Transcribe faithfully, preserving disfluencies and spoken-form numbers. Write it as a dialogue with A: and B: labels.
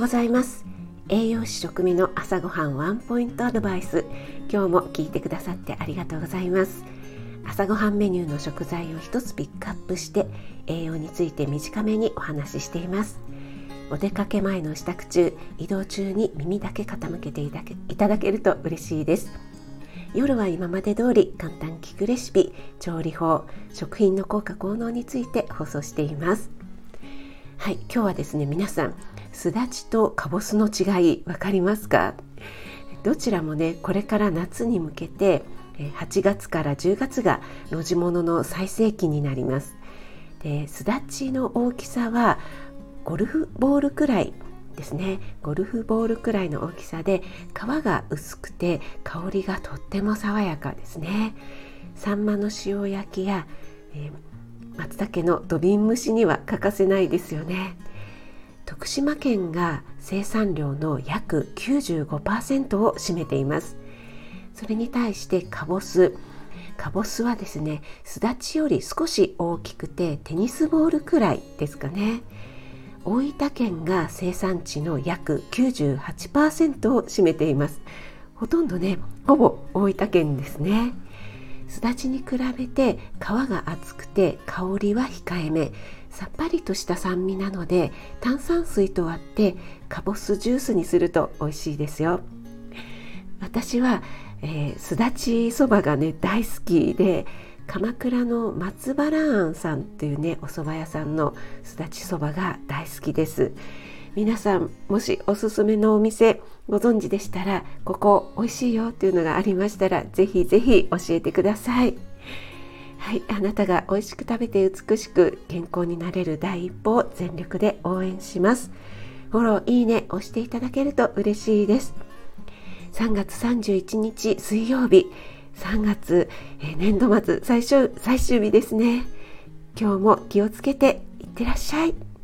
A: ございます。栄養士食味の朝ごはんワンポイントアドバイス、今日も聞いてくださってありがとうございます。朝ごはんメニューの食材を一つピックアップして栄養について短めにお話ししています。お出かけ前の支度中、移動中に耳だけ傾けていただけ、いただけると嬉しいです。夜は今まで通り簡単聞くレシピ、調理法、食品の効果効能について放送しています。はい、今日はですね、皆さんすだちとかぼすの違い分かりますか？どちらもね、これから夏に向けてはちがつからじゅうがつが露地物の最盛期になります。で、すだちの大きさはゴルフボールくらいですね。ゴルフボールくらいの大きさで、皮が薄くて香りがとっても爽やかですね。サンマの塩焼きや、えー、松茸の土瓶蒸しには欠かせないですよね。徳島県が生産量の約 きゅうじゅうごパーセント を占めています。それに対してかぼすかぼすはですね、すだちより少し大きくてテニスボールくらいですかね。大分県が生産地の約 きゅうじゅうはちパーセント を占めています。ほとんどね、ほぼ大分県ですね。すだちに比べて皮が厚くて香りは控えめ、さっぱりとした酸味なので、炭酸水と割ってかぼすジュースにすると美味しいですよ。私は、えー、すだちそばがね大好きで、鎌倉の松原庵さんっていうねお蕎麦屋さんのすだちそばが大好きです。皆さんもしおすすめのお店ご存知でしたら、ここ美味しいよっていうのがありましたら、ぜひぜひ教えてください。はい、あなたが美味しく食べて美しく健康になれる第一歩を全力で応援します。フォロー、いいね押していただけると嬉しいです。さんがつさんじゅういちにち水曜日、さんがつ、えー、年度末最終最終日ですね。今日も気をつけていってらっしゃい。